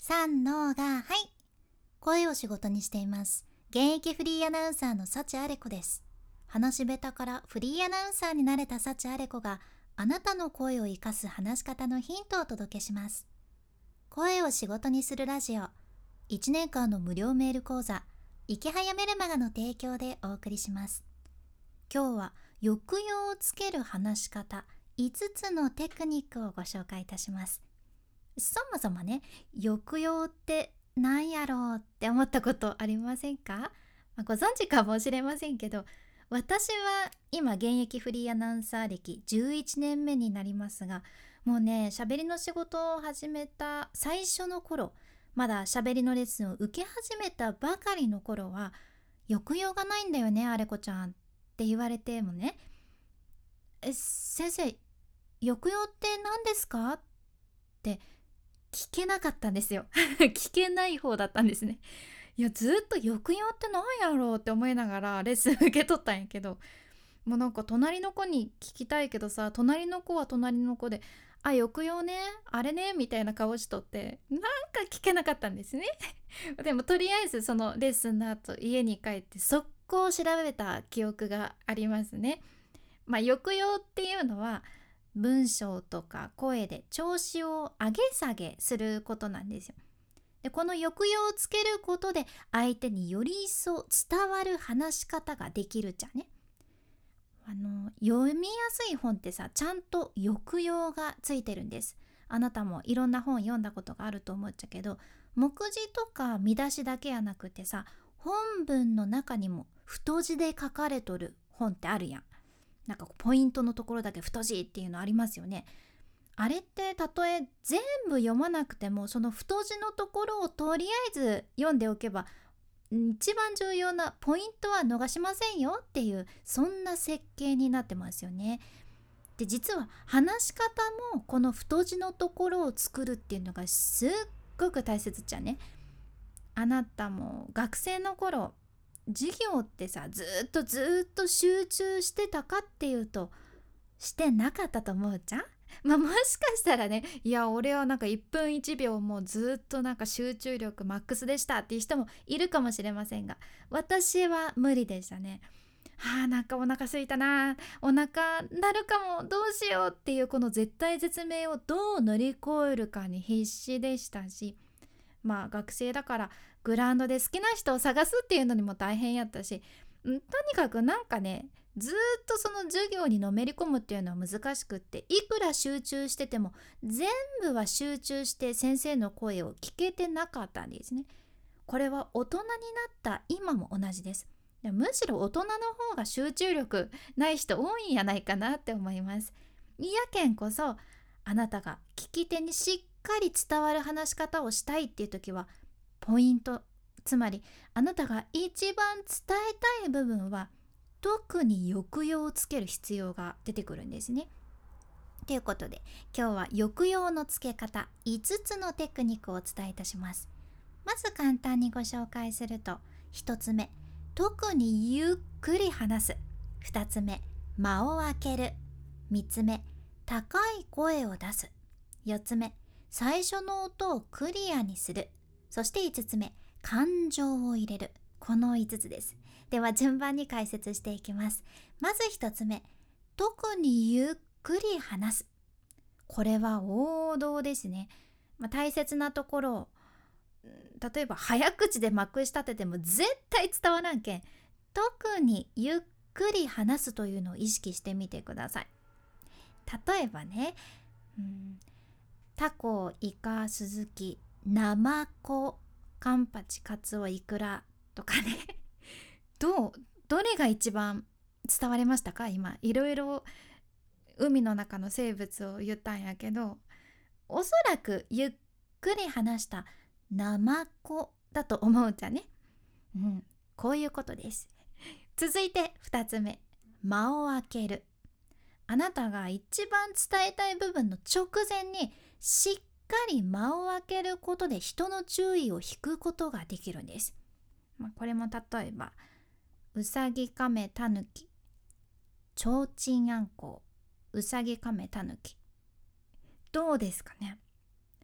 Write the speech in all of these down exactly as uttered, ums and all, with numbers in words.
さんのがはい。声を仕事にしています。現役フリーアナウンサーの幸あれ子です。話し下手からフリーアナウンサーになれた幸あれ子があなたの声を生かす話し方のヒントをお届けします。声を仕事にするラジオ。いちねんかんの無料メール講座、池早メルマガの提供でお送りします。今日は抑揚をつける話し方いつつのテクニックをご紹介いたします。そもそもね、抑揚って何やろうって思ったことありませんか？まあ、ご存知かもしれませんけど、私は今現役フリーアナウンサー歴じゅういちねんめになりますが、もうね、喋りの仕事を始めた最初の頃、まだ喋りのレッスンを受け始めたばかりの頃は、抑揚がないんだよね、あれこちゃんって言われてもね、え、先生、抑揚って何ですかって聞けなかったんですよ聞けない方だったんですね。いや、ずっと抑揚って何やろうって思いながらレッスン受け取ったんやけど、もうなんか隣の子に聞きたいけどさ、隣の子は隣の子で「あ、抑揚ね、あれね」みたいな顔しとってなんか聞けなかったんですねでもとりあえずそのレッスンの後家に帰って速攻調べた記憶がありますね。まあ、抑揚っていうのは文章とか声で調子を上げ下げすることなんですよ。で、この抑揚をつけることで相手により一層伝わる話し方ができるじゃんね。あの読みやすい本ってさ、ちゃんと抑揚がついてるんです。あなたもいろんな本読んだことがあると思っちゃけど、目次とか見出しだけやなくてさ、本文の中にも太字で書かれとる本ってあるやん。なんかポイントのところだけ太字っていうのありますよね。あれってたとえ全部読まなくてもその太字のところをとりあえず読んでおけば一番重要なポイントは逃しませんよっていう、そんな設計になってますよね。で、実は話し方もこの太字のところを作るっていうのがすっごく大切じゃね。あなたも学生の頃授業ってさ、ずっとずっと集中してたかっていうとしてなかったと思うじゃん。まあ、もしかしたらね、いや俺はなんかいっぷんいちびょうもうずっとなんか集中力マックスでしたっていう人もいるかもしれませんが、私は無理でしたね。はあ、なんかお腹空いたな、お腹なるかも、どうしようっていうこの絶対絶命をどう乗り越えるかに必死でしたし、まあ学生だからグラウンドで好きな人を探すっていうのにも大変やったし、んとにかくなんかね、ずーっとその授業にのめり込むっていうのは難しくって、いくら集中してても全部は集中して先生の声を聞けてなかったんですね。これは大人になった今も同じです。むしろ大人の方が集中力ない人多いんやないかなって思います。いやけんこそ、あなたが聞き手にしっかり伝わる話し方をしたいっていう時は、ポイント、つまりあなたが一番伝えたい部分は特に抑揚をつける必要が出てくるんですね。ということで今日は抑揚のつけ方いつつのテクニックをお伝えいたします。まず簡単にご紹介すると、ひとつめ、特にゆっくり話す。ふたつめ、間を空ける。みっつめ、高い声を出す。よっつめ、最初の音をクリアにする。そしていつつめ、感情を入れる。このいつつです。では順番に解説していきます。まずひとつめ、特にゆっくり話す。これは王道ですね。まあ、大切なところを例えば早口でまくし立てても絶対伝わらんけん、特にゆっくり話すというのを意識してみてください。例えばね、うん、タコ、イカ、スズキ、ナマコ、カンパチ、カツオ、イクラとかねどうどれが一番伝わりましたか？今いろいろ海の中の生物を言ったんやけど、おそらくゆっくり話したナマコだと思うじゃね。うん、こういうことです。続いてふたつめ、間を空ける。あなたが一番伝えたい部分の直前にしっかり間を空けることで人の注意を引くことができるんです。まあ、これも例えばうさぎかめたぬき、ちょうちんあんこう、うさぎかめたぬき、どうですかね。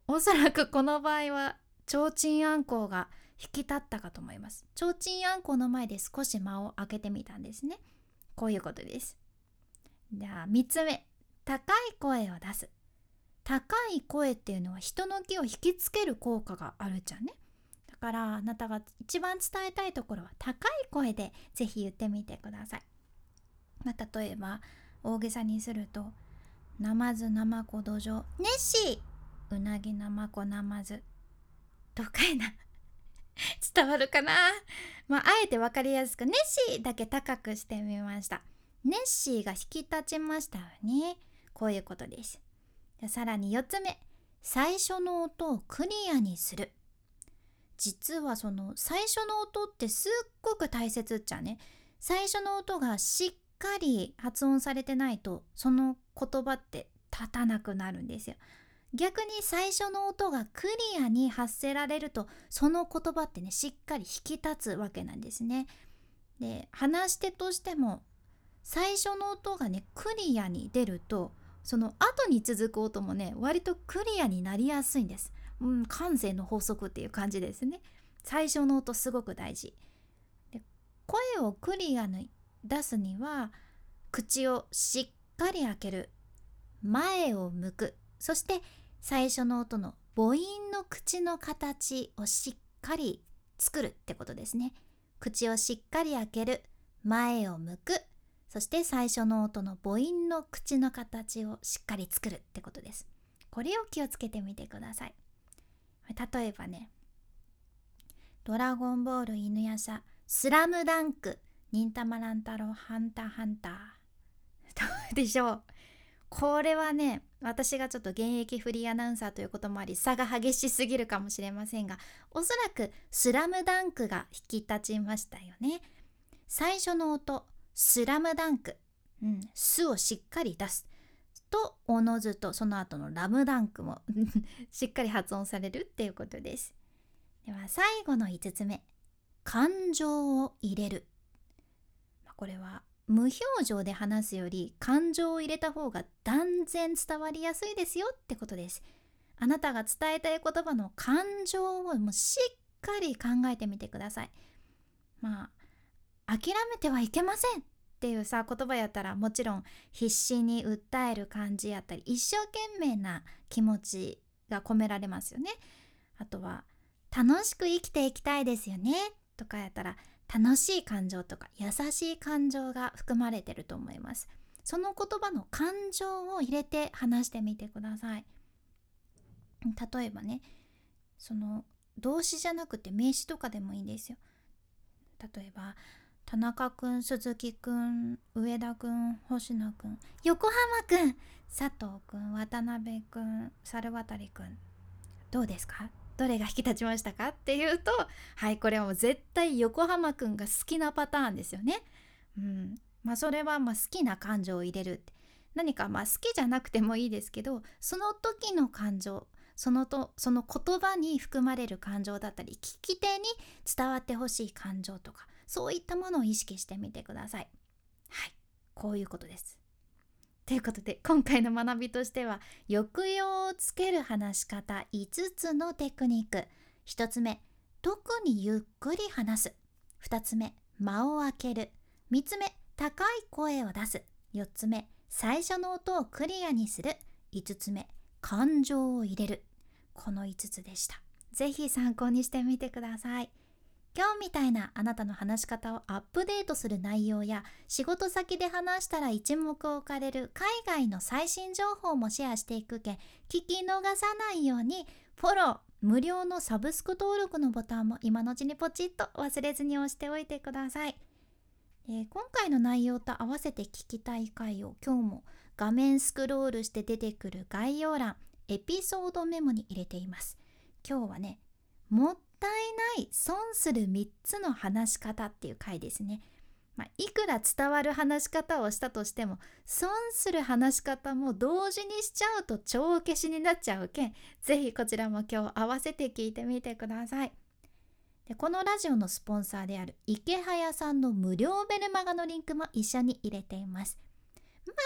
おそらくこの場合は提灯あんこうが引き立ったかと思います。提灯あんこうの前で少し間を空けてみたんですね。こういうことです。じゃあみっつめ、高い声を出す。高い声っていうのは人の気を引きつける効果があるじゃんね。だからあなたが一番伝えたいところは高い声でぜひ言ってみてください。まあ、例えば大げさにすると、なまずなまこどじょうネッシー、うなぎなまこなまずとかいな伝わるかな。まあ、あえて分かりやすくネッシーだけ高くしてみました。ネッシーが引き立ちましたよね。こういうことです。じゃさらによっつめ、最初の音をクリアにする。実はその最初の音ってすっごく大切っちゃね。最初の音がしっかり発音されてないとその言葉って立たなくなるんですよ。逆に最初の音がクリアに発せられるとその言葉ってねしっかり引き立つわけなんですね。で、話し手としても最初の音がねクリアに出るとその後に続く音もね割とクリアになりやすいんです。うん、感性の法則っていう感じですね。最初の音すごく大事で、声をクリアに出すには口をしっかり開ける、前を向く、そして最初の音の母音の口の形をしっかり作るってことですね。口をしっかり開ける、前を向く、そして最初の音の母音の口の形をしっかり作るってことです。これを気をつけてみてください。例えばね、ドラゴンボール犬夜叉、スラムダンク、忍たま乱太郎、ハンターハンター。どうでしょう。これはね、私がちょっと現役フリーアナウンサーということもあり差が激しすぎるかもしれませんが、おそらくスラムダンクが引き立ちましたよね。最初の音スラムダンク、うん、スをしっかり出すとおのずとその後のラムダンクもしっかり発音されるっていうことです。では最後のいつつめ、感情を入れる。これは無表情で話すより感情を入れた方が断然伝わりやすいですよってことです。あなたが伝えたい言葉の感情をもうしっかり考えてみてください。まあ諦めてはいけませんっていうさ言葉やったらもちろん必死に訴える感じやったり一生懸命な気持ちが込められますよね。あとは楽しく生きていきたいですよねとかやったら楽しい感情とか優しい感情が含まれてると思います。その言葉の感情を入れて話してみてください。例えばね、その動詞じゃなくて名詞とかでもいいんですよ。例えば田中くん、鈴木くん、上田くん、星野くん、横浜くん、佐藤くん、渡辺くん、猿渡くん、どうですか？どれが引き立ちましたかっていうと、はい、これはもう絶対横浜くんが好きなパターンですよね。うん、まあそれはまあ好きな感情を入れるって、何かまあ好きじゃなくてもいいですけど、その時の感情、そのとその言葉に含まれる感情だったり、聞き手に伝わってほしい感情とか、そういったものを意識してみてください。はい、こういうことです。ということで今回の学びとしては、抑揚をつける話し方いつつのテクニック。ひとつめ、特にゆっくり話す。ふたつめ、間を空ける。みっつめ、高い声を出す。よっつめ、最初の音をクリアにする。いつつめ、感情を入れる。このいつつでした。ぜひ参考にしてみてください。今日みたいなあなたの話し方をアップデートする内容や、仕事先で話したら一目置かれる海外の最新情報もシェアしていくけん、聞き逃さないようにフォロー、無料のサブスク登録のボタンも今のうちにポチッと忘れずに押しておいてください。で、今回の内容と合わせて聞きたい回を今日も画面スクロールして出てくる概要欄、エピソードメモに入れています。今日はね、もったいない損するみっつの話し方っていう回ですね。まあ、いくら伝わる話し方をしたとしても損する話し方も同時にしちゃうと帳消しになっちゃうけん、ぜひこちらも今日合わせて聞いてみてください。で、このラジオのスポンサーである池早さんの無料ベルマガのリンクも一緒に入れています。まず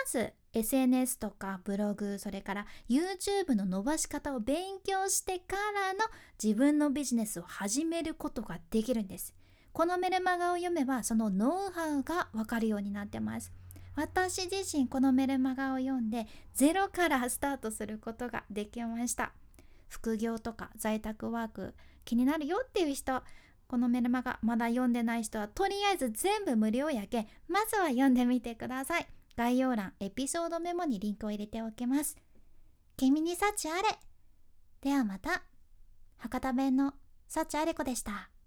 エスエヌエス とかブログ、それから YouTube の伸ばし方を勉強してからの自分のビジネスを始めることができるんです。このメルマガを読めばそのノウハウがわかるようになってます。私自身このメルマガを読んでゼロからスタートすることができました。副業とか在宅ワーク気になるよっていう人、このメルマガまだ読んでない人はとりあえず全部無料やけん、まずは読んでみてください。概要欄、エピソードメモにリンクを入れておきます。君に幸あれ。ではまた。博多弁の幸あれ子でした。